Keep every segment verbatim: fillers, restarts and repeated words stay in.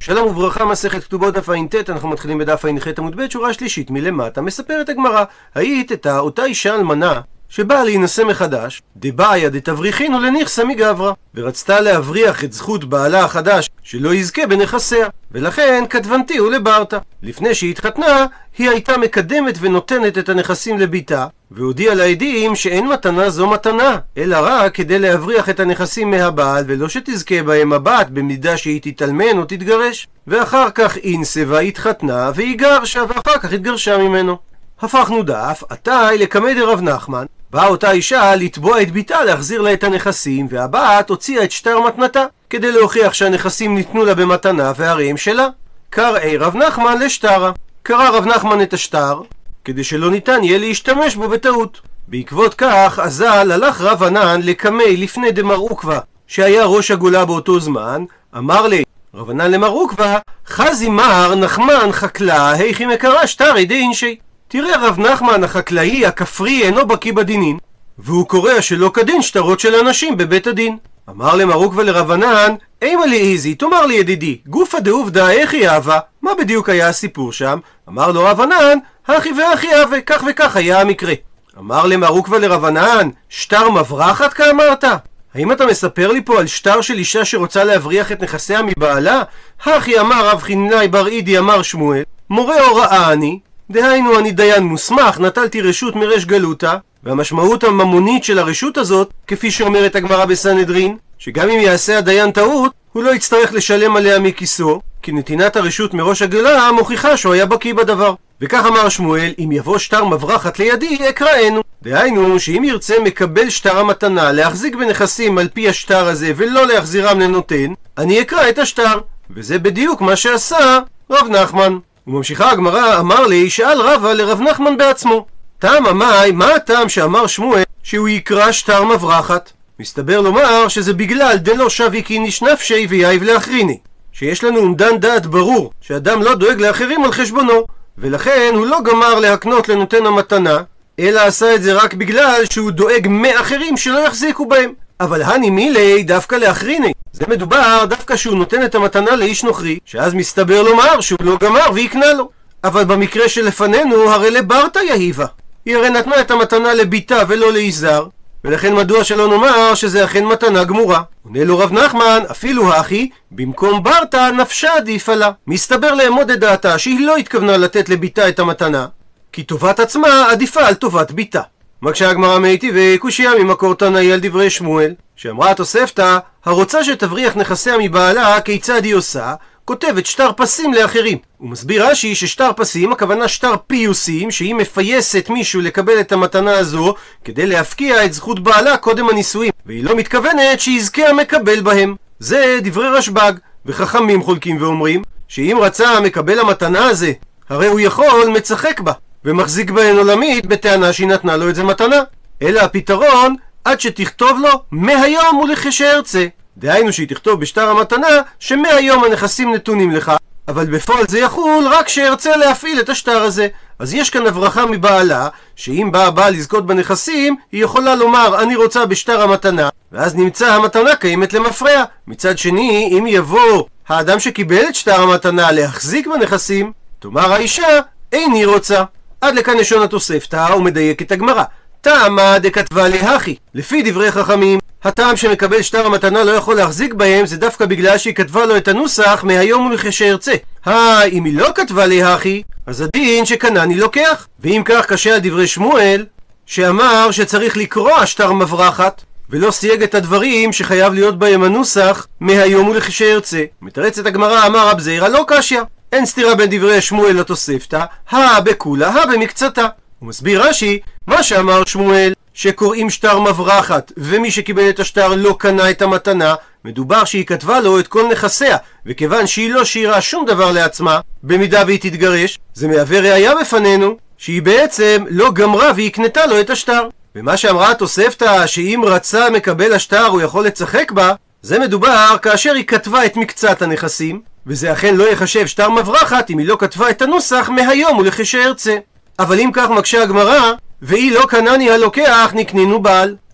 שלום וברכה, מסכת כתובות דף ע"ט, אנחנו מתחילים בדף ע"ח עמוד ב', שורה שלישית מלמטה. מספרת הגמרא, היית את אותה אישה אלמנה שבאה להינשא מחדש, דבעיה דתבריחין ולנכסה מגברא, ורצתה להבריח את זכות בעלה החדש שלא יזכה בנכסיה, ולכן כתבנתי ולברתה. לפני שהיא התחתנה, היא הייתה מקדמת ונותנת את הנכסים לביתה, והודיעה לעדים שאין מתנה זו מתנה, אלא רק כדי להבריח את הנכסים מהבעל, ולא שתזכה בהם הבת במידה שהיא תתאלמן או תתגרש. ואחר כך אינסה התחתנה והיא גרשה, ואחר כך התגרשה ממנו. הפכנו דף, עתה לקמא דרב נחמן. באה אותה אישה לתבוע את ביתה להחזיר לה את הנכסים, והבת הוציאה את שטר מתנתה כדי להוכיח שהנכסים ניתנו לה במתנה והרי הם שלה. קראי רב נחמן לשטרה, קרא רב נחמן את השטר כדי שלא ניתן יהיה להשתמש בו בטעות. בעקבות כך אזל הלך רב ענן לקמא לפני דמר עוקבא שהיה ראש הגולה באותו זמן. אמר לי רב ענן למר עוקבא, חזי מר נחמן חקלה היכי מקרא שטרי דאינשי. תראה, רב נחמן החקלאי הכפרי אינו בקיא בדינים, והוא קורא שלא כדין שטרות של אנשים בבית הדין. אמר למר עוקבא לרב ענן, אימה לי איזי, תאמר לי ידידי, גופא דעובדא היכי הווה, מה בדיוק היה הסיפור שם? אמר לו רב ענן, הכי והכי הווה, כך וכך היה המקרה. אמר למר עוקבא לרב ענן, שטר מברחת כאמרת? האם אתה מספר לי פה על שטר של אישה שרוצה להבריח את נכסיה מבעלה? הכי אמר רב חנינאי בר אידי אמר שמואל, מורה הוראה אני, דהיינו אני דיין מוסמך, נטלתי רשות מרש גלותה, והמשמעות הממונית של הרשות הזאת, כפי שאומרת הגמרא בסנהדרין, שגם אם יעשה הדיין טעות, הוא לא יצטרך לשלם עליה מכיסו, כי נתינת הרשות מראש הגלה מוכיחה שהוא היה בקיא בדבר. וכך אמר שמואל, אם יבוא שטר מברחת לידי, אקראנו. דהיינו שאם ירצה מקבל שטר המתנה להחזיק בנכסים על פי השטר הזה ולא להחזירם לנותן, אני אקרא את השטר. וזה בדיוק מה שעשה רב נחמן. וממשיכה הגמרא, אמר לי, שאל רבא לרב נחמן בעצמו, טעם אמי, מה הטעם שאמר שמואל שהוא יקרא שטר מברחת? מסתבר לומר שזה בגלל דלא שבי קיניש נפשי ויאיב לאחריני, שיש לנו אומדן דעת ברור שאדם לא דואג לאחרים על חשבונו, ולכן הוא לא גמר להקנות לנותן המתנה, אלא עשה את זה רק בגלל שהוא דואג מאחרים שלא יחזיקו בהם. אבל הני מילי דווקא לאחריני, זה מדובר דווקא שהוא נותן את המתנה לאיש נוכרי, שאז מסתבר לומר שהוא לא גמר ויקנה לו. אבל במקרה שלפנינו הרי לברתה יהיבה, היא הרי נתנה את המתנה לביתה ולא לאיש זר, ולכן מדוע שלא נאמר שזה אכן מתנה גמורה? עונה לו רב נחמן, אפילו האחי, במקום ברתה נפשה עדיפה לה. מסתבר לאמוד את דעתה שהיא לא התכוונה לתת לביתה את המתנה, כי טובת עצמה עדיפה על טובת ביתה. מקשה הגמרא מאיתי וקושיה ממקור תנאי על דברי שמואל, שאמרה התוספתא, הרוצה שתבריח נכסיה מבעלה כיצד היא עושה? כותבת שטר פסים לאחרים. הוא מסביר רש"י ששטר פסים הכוונה שטר פיוסים, שהיא מפייסת מישהו לקבל את המתנה הזו כדי להפקיע את זכות בעלה קודם הנישואים, והיא לא מתכוונת שיזכה המקבל בהם. זה דברי רשב"ג, וחכמים חולקים ואומרים שאם רצה המקבל המתנה הזה, הרי הוא יכול מצחק בה ומחזיק בהן עולמית בטענה שהיא נתנה לו את זה מתנה. אלא הפתרון עד שתכתוב לו מהיום ולכשארצה, דהיינו שהיא תכתוב בשטר המתנה שמהיום הנכסים נתונים לך, אבל בפועל זה יחול רק שארצה להפעיל את השטר הזה. אז יש כאן הברחה מבעלה, שאם באה בעל לזכות בנכסים, היא יכולה לומר אני רוצה בשטר המתנה, ואז נמצא המתנה קיימת למפרע. מצד שני, אם יבוא האדם שקיבל את שטר המתנה להחזיק בנכסים, תאמר האישה איני רוצה. עד לכאן לשון התוספתא ומדייק את הגמרא. טעמה דכתבה להכי, לפי דברי חכמים, הטעם שמקבל שטר המתנה לא יכול להחזיק בהם זה דווקא בגלל שהיא כתבה לו את הנוסח מהיום ולכשארצה. אה, אם היא לא כתבה להכי, אז הדין שקנני לוקח. ואם כך קשה על דברי שמואל, שאמר שצריך לקרוא שטר מברחת, ולא סייג את הדברים שחייב להיות בהם הנוסח מהיום ולכשארצה. מתרצת הגמרא, אמר רב זירא לא קשיא, אין סתירה בין דברי שמואל לתוספתא, הא בכולה הא במקצתה. הוא מסביר רש"י, מה שאמר שמואל שקוראים שטר מברחת ומי שקיבל את השטר לא קנה את המתנה, מדובר שהיא כתבה לו את כל נכסיה, וכיוון שהיא לא שירה שום דבר לעצמה במידה והיא תתגרש, זה מהווה ראיה בפנינו שהיא בעצם לא גמרה והיא קנתה לו את השטר. ומה שאמרה התוספתא שאם רצה מקבל השטר הוא יכול לצחק בה, זה מדובר כאשר היא כתבה את מקצת הנכסים, וזה אכן לא יחשב שטר מברחת אם היא לא כתבה את הנוסח מהיום ולכשארצה. אבל אם כך מקשה הגמרא, והיא לא קנני הלוקח נקנינו בעל,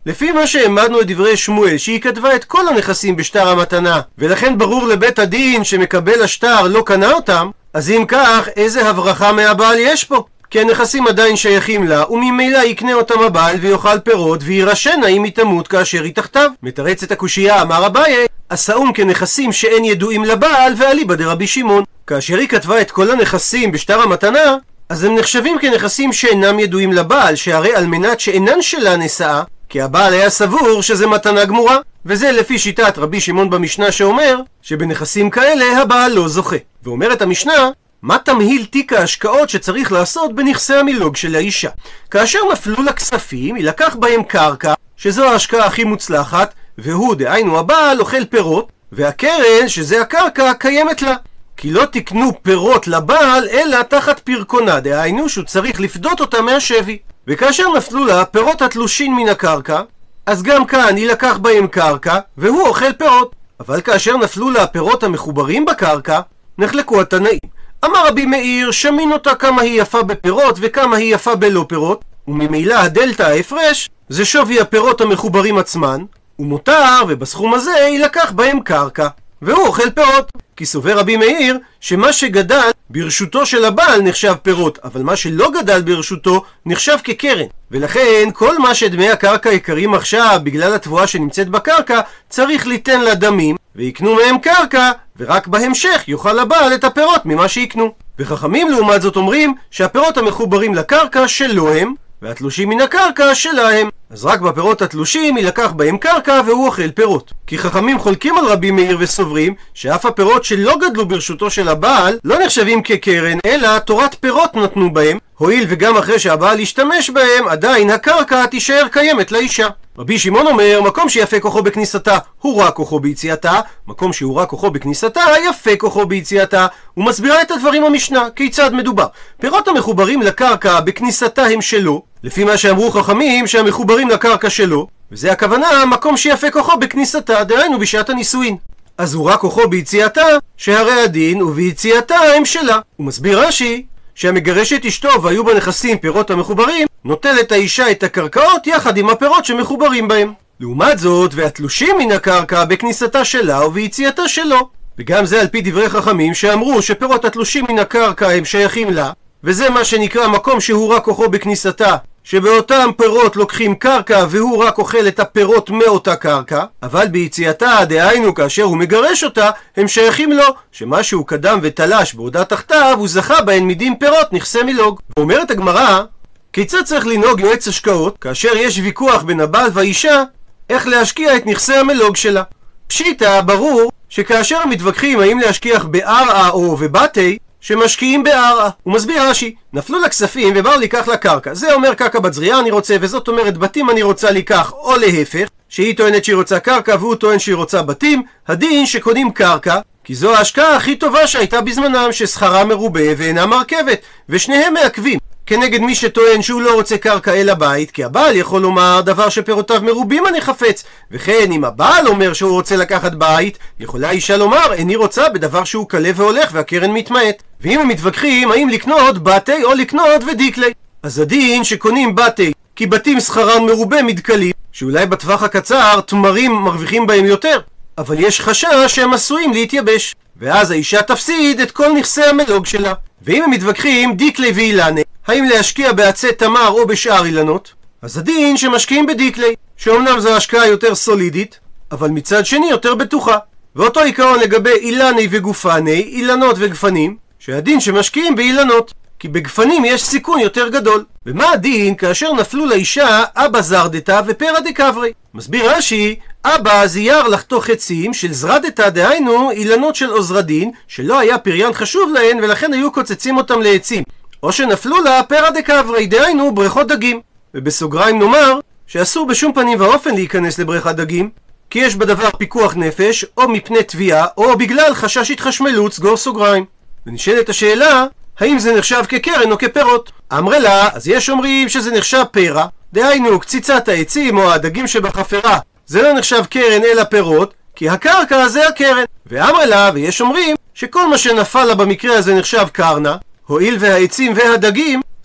לפי מה שהעמדנו את דברי שמואל שהיא כתבה את כל הנכסים בשטר המתנה, ולכן ברור לבית הדין שמקבל השטר לא קנה אותם, אז אם כך איזה הברכה מהבעל יש פה? כי הנכסים עדיין שייכים לה, וממילא יקנה אותם הבעל ויאכל פירות וירשנה אם היא תמות כאשר היא תחתיו. מתרץ את הקושייה אמר אביי, עשאום כנכסים שאין ידועים לבעל ואליבא דרבי שמעון. כאשר היא כתבה את כל הנכסים בשטר המתנה, אז הם נחשבים כנכסים שאינם ידועים לבעל, שהרי על מנת שאינן שלה נשאה, כי הבעל היה סבור שזה מתנה גמורה, וזה לפי שיטת רבי שמעון במשנה שאומר שבנכסים כאלה הבעל לא זוכה. ואומרת המשנה, מה תמהיל תיק ההשקעות שצריך לעשות בנכסי המילוג של האישה? כאשר נפלו לה כספים, היא לקח בהם קרקע, שזו ההשקעה הכי מוצלחת, והוא, דהיינו הבעל, אוכל פירות, והקרן, שזה הקרקע, קיימת לה. כי לא תקנו פירות לבעל, אלא תחת פרקונה, דהיינו שהוא צריך לפדות אותה מהשבי. וכאשר נפלו לה פירות התלושין מן הקרקע, אז גם כאן היא לקח בהם קרקע, והוא אוכל פירות. אבל כאשר נפלו לה הפירות המחוברים בקרקע, נחלקו התנאים. אמר רבי מאיר, שמין אותה כמה היא יפה בפירות וכמה היא יפה בלא פירות, וממילא הדלתא ההפרש זה שווי הפירות המחוברים עצמן, ומותר, ובסכום הזה יילקח בהם קרקע, והוא אוכל פירות. כי סובר רבי מאיר שמה שגדל ברשותו של הבעל נחשב פירות, אבל מה שלא גדל ברשותו נחשב כקרן, ולכן כל מה שדמי הקרקע יקרים עכשיו בגלל התבואה שנמצאת בקרקע צריך ליתן לה דמים ויקנו מהם קרקע, ורק בהמשך יוכל הבעל את הפירות ממה שיקנו. וחכמים לעומת זאת אומרים שהפירות המחוברים לקרקע שלו הם, והתלושים מן הקרקע שלהם. אז רק בפירות התלושים יילקח בהם קרקע והוא אוכל פירות. כי חכמים חולקים על רבי מאיר וסוברים שאף הפירות שלא גדלו ברשותו של הבעל לא נחשבים כקרן, אלא תורת פירות נתנו בהם, הואיל וגם אחרי שהבעל ישתמש בהם עדיין הקרקע תישאר קיימת לאישה. רבי שמעון אומר, מקום שיפה כוחו בכניסתה הוא רע כוחו ביציאתה, מקום שהוא רע כוחו בכניסתה יפה כוחו ביציאתה. הוא מסבירה את הדברים המשנה, כיצד מדובר. פירות המחוברים לקרקע בכניסתה הם שלו, לפי מה שאמרו חכמים שהמחוברים לקרקע שלו, וזה הכוונה מקום שיפה כוחו בכניסתה, דהיינו בשעת הנישואין. אז הוא רע כוחו ביציאתה, שהרי הדין וביציאתה הם שלה. הוא מסביר רש"י שהמגרש את אשתו והיו בנכסים פירות המחוברים, נוטלת האישה את הקרקעות יחד עם הפירות שמחוברים בהם. לעומת זאת, והתלושים מן הקרקע בכניסתה שלה וביציאתה שלו. וגם זה על פי דברי חכמים שאמרו שפירות התלושים מן הקרקע הם שייכים לה, וזה מה שנקרא מקום שהוא רק כוחו בכניסתה, שבאותם פירות לוקחים קרקע והוא רק אוכל את הפירות מאותה קרקע, אבל ביציאתה, דהיינו כאשר הוא מגרש אותה, הם שייכים לו, שמה שהוא קדם ותלש בעודה תחתיו, הוא זכה בהן מדין פירות נכסי מילוג. ואומרת הגמרא, כיצד צריך לנהוג יועץ השקעות כאשר יש ויכוח בין הבעל והאישה איך להשקיע את נכסי המילוג שלה? פשיטא, ברור שכאשר מתווכחים האם להשקיע בערעה או בבתי, שמשקיעים בערעה. הוא מסביר רש"י, נפלו לה כספים ובאו לקח לה קרקע, זה אומר קרקע בת זריעה אני רוצה, וזאת אומרת בתים אני רוצה לקח, או להפך, שהיא טוענת שהיא רוצה קרקע והוא טוען שהיא רוצה בתים. הדין שקונים קרקע, כי זו ההשקעה הכי טובה שהייתה בזמנם, ששכרה מרובה ואינה מרכבת, ושניהם מעכבים כנגד מי שטוען שהוא לא רוצה קרקע אל הבית, כי הבעל יכול לומר דבר שפירותיו מרובים אני חפץ, וכן אם הבעל אומר שהוא רוצה לקחת בית, יכולה אישה לומר איני רוצה בדבר שהוא קלה והולך והקרן מתמעט. ואם הם מתווכחים האם לקנות בתי או לקנות ודיקלי, אז הדין שקונים בתי כי בתים שכרן מרובה מתקלים, שאולי בטווח הקצר תמרים מרוויחים בהם יותר, אבל יש חשש שהם עשויים להתייבש, ואז האישה תפסיד את כל נכסי המילוג שלה. ואם הם מתווכחים דיקלי ואילנה, האם להשקיע בעצי תמר או בשאר אילנות, אז הדין שמשקיעים בדיקלי, שאומנם זו השקעה יותר סולידית, אבל מצד שני יותר בטוחה. ואותו עיקרון לגבי אילני וגופני, אילנות וגפנים, שהדין שמשקיעים באילנות, כי בגפנים יש סיכון יותר גדול. ומה הדין כאשר נפלו לאישה אבא זרדתה ופרא דקברי? מסביר רש"י, אבא זייר לחתוך עצים של זרדתה, דהיינו אילנות של עוזרדין, שלא היה פריין חשוב להן ולכן היו קוצצים אותם לעצים, או שנפלו לה פרא דקברי, דהיינו בריכות דגים. ובסוגריים נאמר שאסור בשום פנים ואופן להיכנס לבריכת דגים, כי יש בדבר פיקוח נפש, או מפני תביעה, או בגלל חשש התחשמלות, סגור סוגריים. ונשאלת השאלה, האם זה נחשב כקרן או כפירות? אמרה לה, אז יש אומרים שזה נחשב פרא, דהיינו קציצת העצים או הדגים שבחפרה, זה לא נחשב קרן אלא פירות, כי הקרקע זה הקרן. ואמרה לה, ויש אומרים שכל מה שנפל לה במקרה הזה נחשב קרנה, הואיל והעצים והדגים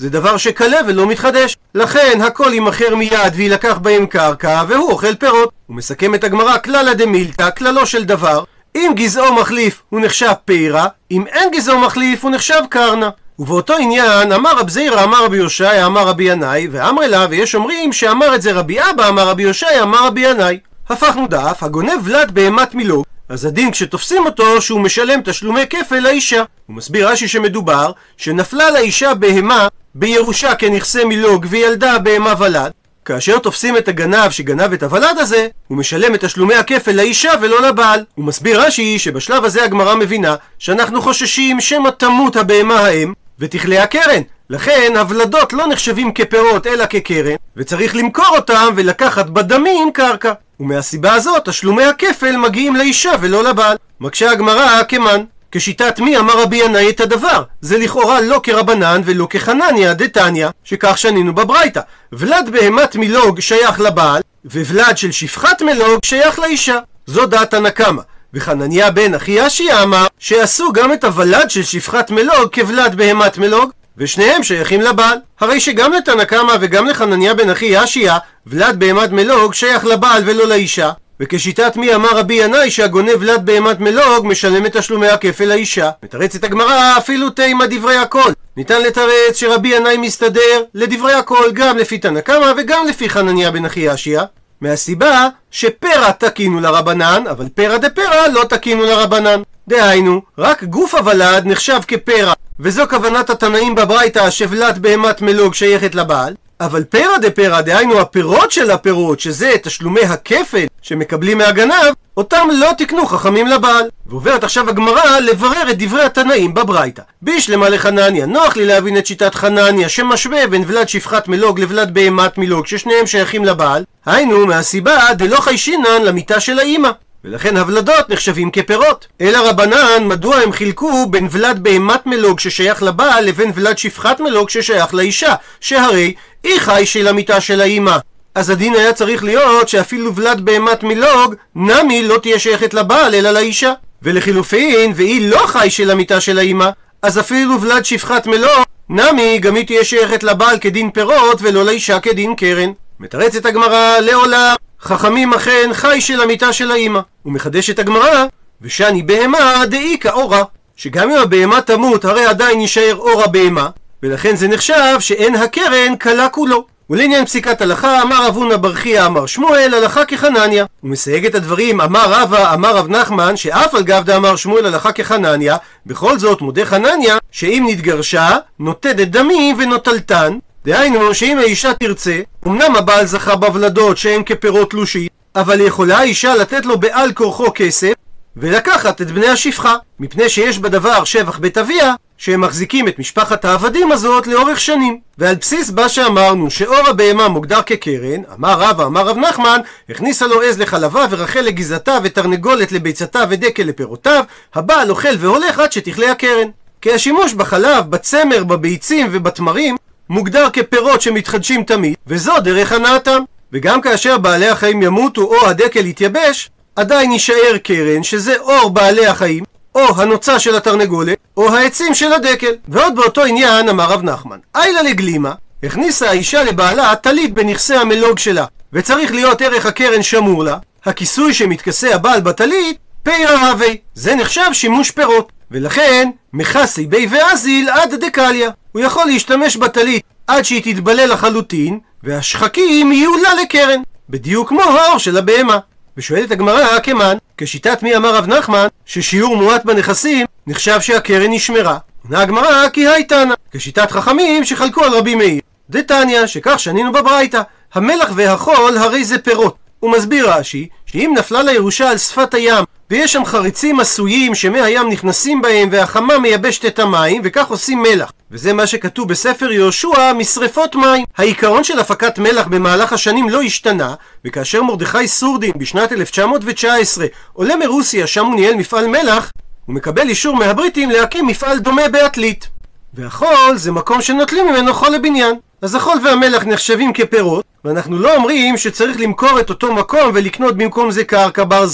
זה דבר שקלה ולא מתחדש. לכן הכל יימכר מיד וילקח בהם קרקע והוא אוכל פירות. הוא מסכם את הגמרא כללה דמילתא, כללו של דבר, אם גזעו מחליף הוא נחשב פירה, אם אין גזעו מחליף הוא נחשב קרנה. ובאותו עניין אמר רב זירא אמר רבי יושעיה אמר רבי ינאי ואמר לה, ויש אומרים שאמר את זה רבי אבא אמר רבי יושעיה אמר רבי ינאי. הפכנו דף, הגונב ולד בהמת מילוג, אז הדין כשתופסים אותו שהוא משלם תשלומי כפל לאישה. הוא מסביר רש"י שמדובר שנפלה לאישה בהמה בירושה כנכסי מילוג וילדה בהמה ולד, כאשר תופסים את הגנב שגנב את הוולד הזה, הוא משלם את תשלומי הכפל לאישה ולא לבעל. הוא מסביר רש"י שבשלב הזה הגמרא מבינה שאנחנו חוששים שמא תמות הבהמה האם ותכלה הקרן, לכן הוולדות לא נחשבים כפירות אלא כקרן, וצריך למכור אותם ולקחת בדמים קרקע, ומהסיבה הזאת תשלומי הכפל מגיעים לאישה ולא לבעל. מקשה הגמרא כמן, כשיטת מי אמר רבי ינאי את הדבר? זה לכאורה לא כרבנן ולא כחנניה דתניא, שכך שנינו בברייתא, ולד בהמת מילוג שייך לבעל וולד של שפחת מילוג שייך לאישה. זו דעת תנא קמא. וחנניה בן אחי אשיה אמר שעשו גם את הוולד של שפחת מילוג כוולד בהמת מילוג, ושניהם שייכים לבעל. הרי שגם לתנא קמא וגם לחנניה בן אחי אשיה ולד בהמת מילוג שייך לבעל ולא לאישה. וכשיטת מי אמר רבי ינאי שהגונב ולד בהמת מילוג משלם את תשלומי הכפל לאישה. מתרצת הגמרא אפילו תימא דברי הכל. ניתן לתרץ שרבי ינאי מסתדר לדברי הכל גם לפי תנא קמא וגם לפי חנניה בן אחי אשיה, מהסיבה שפרא תקינו לרבנן, אבל פרא דפרא לא תקינו לרבנן. דהיינו, רק גוף הוולד נחשב כפרא, וזו כוונת התנאים בברייתא שוולד בהמת מילוג שייכת לבעל, אבל פרא דפרא, דהיינו הפירות של הפירות, שזה תשלומי הכפל שמקבלים מהגנב, אותם לא תקנו חכמים לבעל. ועוברת עכשיו הגמרא לברר את דברי התנאים בברייתא. בישלמה לחנניה, נוח לי להבין את שיטת חנניה שמשווה בין ולד שפחת מילוג לוולד בהמת מילוג ששניהם שייכים לבעל, היינו מהסיבה דלא חיישינן למיטה של האמא, ולכן הוולדות נחשבים כפירות. אלא רבנן, מדוע הם חילקו בין ולד בהמת מילוג ששייך לבעל לבין ולד שפחת מילוג ששייך לאישה, שהרי היא חי של המיטה של האמא. אז הדין היה צריך להיות שאפילו ולד בהמת מילוג נמי לא תהיה שייכת לבעל אלא לאישה, ולחילופין והיא לא חי של המיטה של האמא, אז אפילו ולד שפחת מילוג נמי גם היא תהיה שייכת לבעל כדין פירות ולא לאישה כדין קרן. מתרצת הגמרא לעולם חכמים אכן חי של המיטה של האמא. ומחדשת הגמרא ושני בהמה דאיקה אורה, שגם אם הבהמה תמות הרי עדיין יישאר אורה בהמה, ולכן זה נחשב שאין הקרן כלה כולו. ולעניין פסיקת הלכה אמר רב הונא בר חייא אמר שמואל הלכה כחנניה. הוא מסייג את הדברים, אמר רבא אמר רב נחמן שאף על גב דאמר שמואל הלכה כחנניה, בכל זאת מודה חנניה שאם נתגרשה נוטדת דמים ונוטלתן, דהיינו שאם האישה תרצה, אמנם הבעל זכה בוולדות שהן כפירות תלושית, אבל יכולה האישה לתת לו בעל כורחו כסף ולקחת את בני השפחה, מפני שיש בדבר שבח בית אביה שהם מחזיקים את משפחת העבדים הזאת לאורך שנים. ועל בסיס מה שאמרנו שאור הבהמה מוגדר כקרן, אמר רבא אמר רב נחמן הכניסה לו עז לחלבה ורחל לגיזתה ותרנגולת לביצתה ודקל לפירותיו, הבעל אוכל והולך עד שתכלה הקרן. כי השימוש בחלב, בצמר, בביצים ובתמרים מוגדר כפירות שמתחדשים תמיד, וזו דרך הנאתם. וגם כאשר בעלי החיים ימותו או הדקל יתייבש, עדיין יישאר קרן שזה אור בעלי החיים, או הנוצה של התרנגולת, או העצים של הדקל. ועוד באותו עניין אמר רב נחמן איילה לגלימה, הכניסה האישה לבעלה טלית בנכסי המילוג שלה, וצריך להיות ערך הקרן שמור לה, הכיסוי שמתכסה הבעל בטלית פירה הווי, זה נחשב שימוש פירות, ולכן מכסי בי ואזיל עד דקליה, הוא יכול להשתמש בטלית עד שהיא תתבלה לחלוטין, והשחקים יהיו לה לקרן, בדיוק כמו האור של הבהמה. ושואלת הגמרא כמן, כשיטת מי אמר רב נחמן ששיעור מועט בנכסים נחשב שהקרן נשמרה? עונה הגמרא כי הייתנא, כשיטת חכמים שחלקו על רבי מאיר דתניא, שכך שנינו בברייתא, המלח והחול הרי זה פירות. הוא מסביר רש"י שאם נפלה לירושה על שפת הים ויש שם חריצים עשויים שמי הים נכנסים בהם והחמה מייבשת את המים וכך עושים מלח, וזה מה שכתוב בספר יהושע משרפות מים. העיקרון של הפקת מלח במהלך השנים לא השתנה, וכאשר מרדכי סורדין בשנת אלף תשע מאות תשע עשרה עולה מרוסיה, שם הוא ניהל מפעל מלח, הוא מקבל אישור מהבריטים להקים מפעל דומה בעתלית, והחול זה מקום שנוטלים ממנו חול לבניין, אז החול והמלח נחשבים כפירות, ואנחנו לא אומרים שצריך למכור את אותו מקום ולקנות במקום זה קרקע בר זריעה,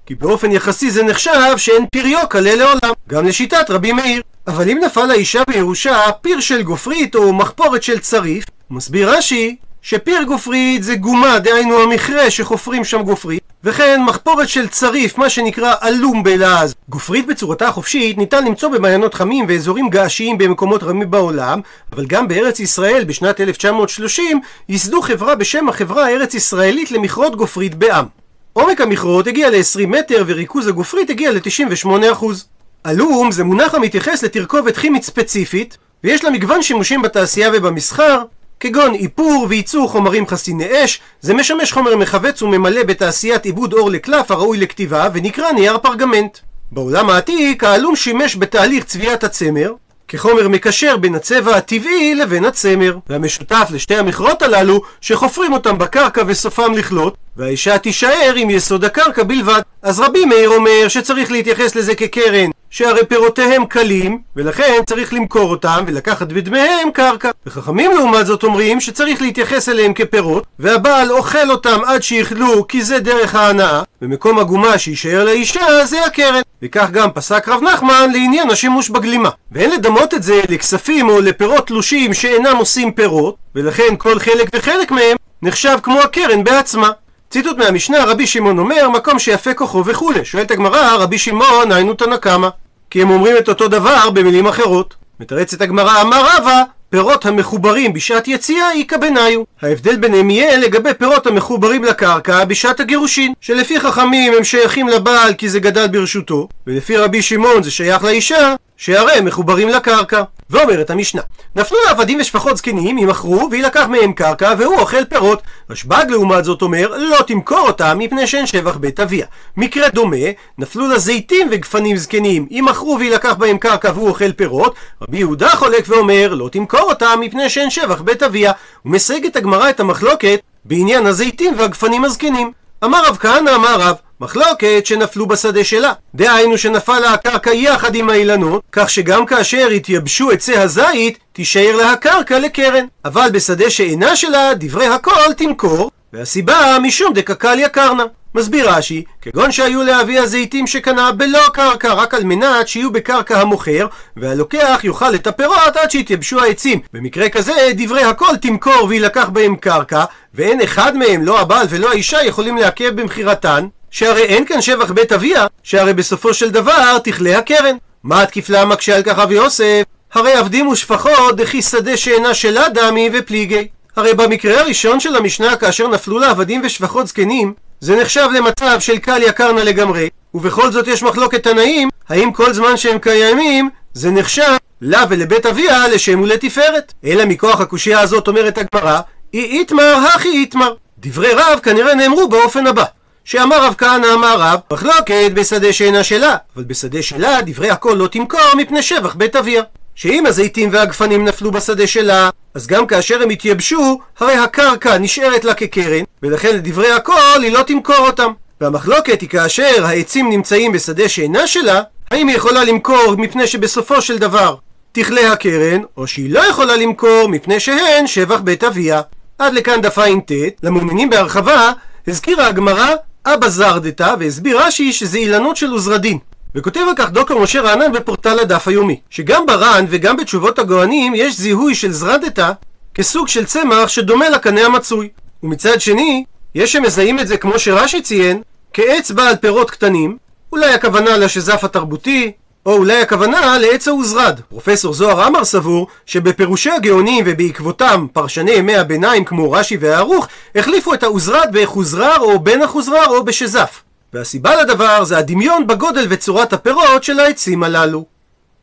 כי באופן יחסי זה נחשב שאין פריו קלה לעולם, גם לשיטת רבי מאיר. אבל אם נפל האישה בירושה פיר של גופרית או מחפורת של צריף, מסביר רש"י שפיר גופרית זה גומה, דהיינו המכרה שחופרים שם גופרית, וכן מחפורת של צריף, מה שנקרא אלום בלעז. גופרית בצורתה החופשית ניתן למצוא במעיינות חמים ואזורים געשיים במקומות רבים בעולם, אבל גם בארץ ישראל בשנת אלף תשע מאות שלושים ייסדו חברה בשם החברה הארץ ישראלית למכרות גופרית בע"מ. עומק המכרות הגיע ל-עשרים מטר וריכוז הגופרית הגיע ל-תשעים ושמונה אחוז. אלום זה מונח המתייחס לתרכובת כימית ספציפית, ויש לה מגוון שימושים בתעשייה ובמסחר, כגון איפור וייצור חומרים חסיני אש. זה משמש חומר מחבץ וממלא בתעשיית עיבוד אור לקלף הראוי לכתיבה ונקרא נייר פרגמנט. בעולם העתיק האלום שימש בתהליך צביעת הצמר כחומר מקשר בין הצבע הטבעי לבין הצמר, והמשותף לשתי המכרות הללו שחופרים אותם בקרקע וסופם לכלות, והאישה תישאר עם יסוד הקרקע בלבד. אז רבי מאיר אומר שצריך להתייחס לזה כקרן, שהרי פירותיהם קלים ולכן צריך למכור אותם ולקחת בדמיהם קרקע. וחכמים לעומת זאת אומרים שצריך להתייחס אליהם כפירות, והבעל אוכל אותם עד שיאכלו, כי זה דרך ההנאה, ומקום הגומה שישאר לאישה זה הקרן. וכך גם פסק רב נחמן לעניין השימוש בגלימה. ואין לדמות את זה לכספים או לפירות תלושים שאינם עושים פירות, ולכן כל חלק וחלק מהם נחשב כמו הקרן בעצמה. ציטוט מהמשנה, רבי שמעון אומר מקום שיפה כוחו וכולי. שואלת הגמרא, רבי שמעון היינו תנא קמא, כי הם אומרים את אותו דבר במילים אחרות. מתרצת הגמרא, אמר רבא, פירות המחוברים בשעת יציאה יקבניו. ההבדל ביניהם יהיה לגבי פירות המחוברים לקרקע בשעת הגירושין, שלפי חכמים הם שייכים לבעל כי זה גדל ברשותו, ולפי רבי שמעון זה שייך לאישה שהרי הם מחוברים לקרקע. ואומרת המשנה, נפלו לעבדים ושפחות זקנים, ימכרו וילקח מהם קרקע והוא אוכל פירות. רשב"ג לעומת זאת אומר, לא תמכור אותם מפני שאין שבח בית אביה. מקרה דומה, נפלו לזיתים וגפנים זקנים, ימכרו וילקח בהם קרקע והוא אוכל פירות. רבי יהודה חולק ואומר, לא תמכור אותם מפני שאין שבח בית אביה. ומסייגת הגמרא את המחלוקת בעניין הזיתים והגפנים הזקנים. אמר רב כהנא אמר רב, מחלוקת שנפלו בשדה שלה, דהיינו שנפל לה הקרקע יחד עם האילנות, כך שגם כאשר התייבשו עצי הזית תישאר לה הקרקע לקרן. אבל בשדה שאינה שלה דברי הכל תמכור, והסיבה משום דקקליה קרנה. מסביר רש"י, כגון שהיו לאבי הזיתים שקנה בלא קרקע, רק על מנת שיהיו בקרקע המוכר, והלוקח יאכל את הפירות עד שיתייבשו העצים. במקרה כזה דברי הכל תמכור וילקח בהם קרקע, ואין אחד מהם, לא הבעל ולא האישה, יכולים לעכב במכירתן, שהרי אין כאן שבח בית אביה, שהרי בסופו של דבר תכלה הקרן. מה התקיף לה מקשה על כך רב יוסף? הרי עבדים ושפחות דכי שדה שאינה שלה דמי ופליגי. הרי במקרה הראשון של המשנה, כאשר נפלו לעבדים ושפחות זקנים, זה נחשב למצב של קליה קרנה לגמרי, ובכל זאת יש מחלוקת תנאים, האם כל זמן שהם קיימים זה נחשב לה ולבית אביה לשם ולתפארת. אלא מכוח הקושיה הזאת אומרת הגמרא, אי איתמר הכי איתמר. דברי רב כנראה נאמרו באופן הבא, שאמר רב כהנא אמר רב, מחלוקת בשדה שאינה שלה, אבל בשדה שלה דברי הכל לא תמכור מפני שבח בית אביה. שאם הזיתים והגפנים נפלו בשדה שלה, אז גם כאשר הם התייבשו, הרי הקרקע נשארת לה כקרן, ולכן לדברי הכל היא לא תמכור אותם. והמחלוקת היא כאשר העצים נמצאים בשדה שאינה שלה, האם היא יכולה למכור מפני שבסופו של דבר תכלה הקרן, או שהיא לא יכולה למכור מפני שהן שבח בית אביה. עד לכאן דף ע"ט. למעוניינים בהרחבה הזכירה הגמרא אבא זרדתא, והסביר רש"י שזה אילנות של עוזרדין. וכותב על כך דוקטור משה רענן בפורטל הדף היומי, שגם בר"ן וגם בתשובות הגאונים יש זיהוי של זרדתא כסוג של צמח שדומה לקנה המצוי, ומצד שני יש שמזהים את זה כמו שרש"י ציין כעץ בעל פירות קטנים, אולי הכוונה לשזף התרבותי, או אולי הכוונה לעץ העוזרד. פרופסור זוהר עמר סבור שבפירושי הגאונים ובעקבותם פרשני ימי הביניים כמו רש"י והערוך החליפו את העוזרד בחוזרר או בן החוזרר או בשזף, והסיבה לדבר זה הדמיון בגודל וצורת הפירות של העצים הללו.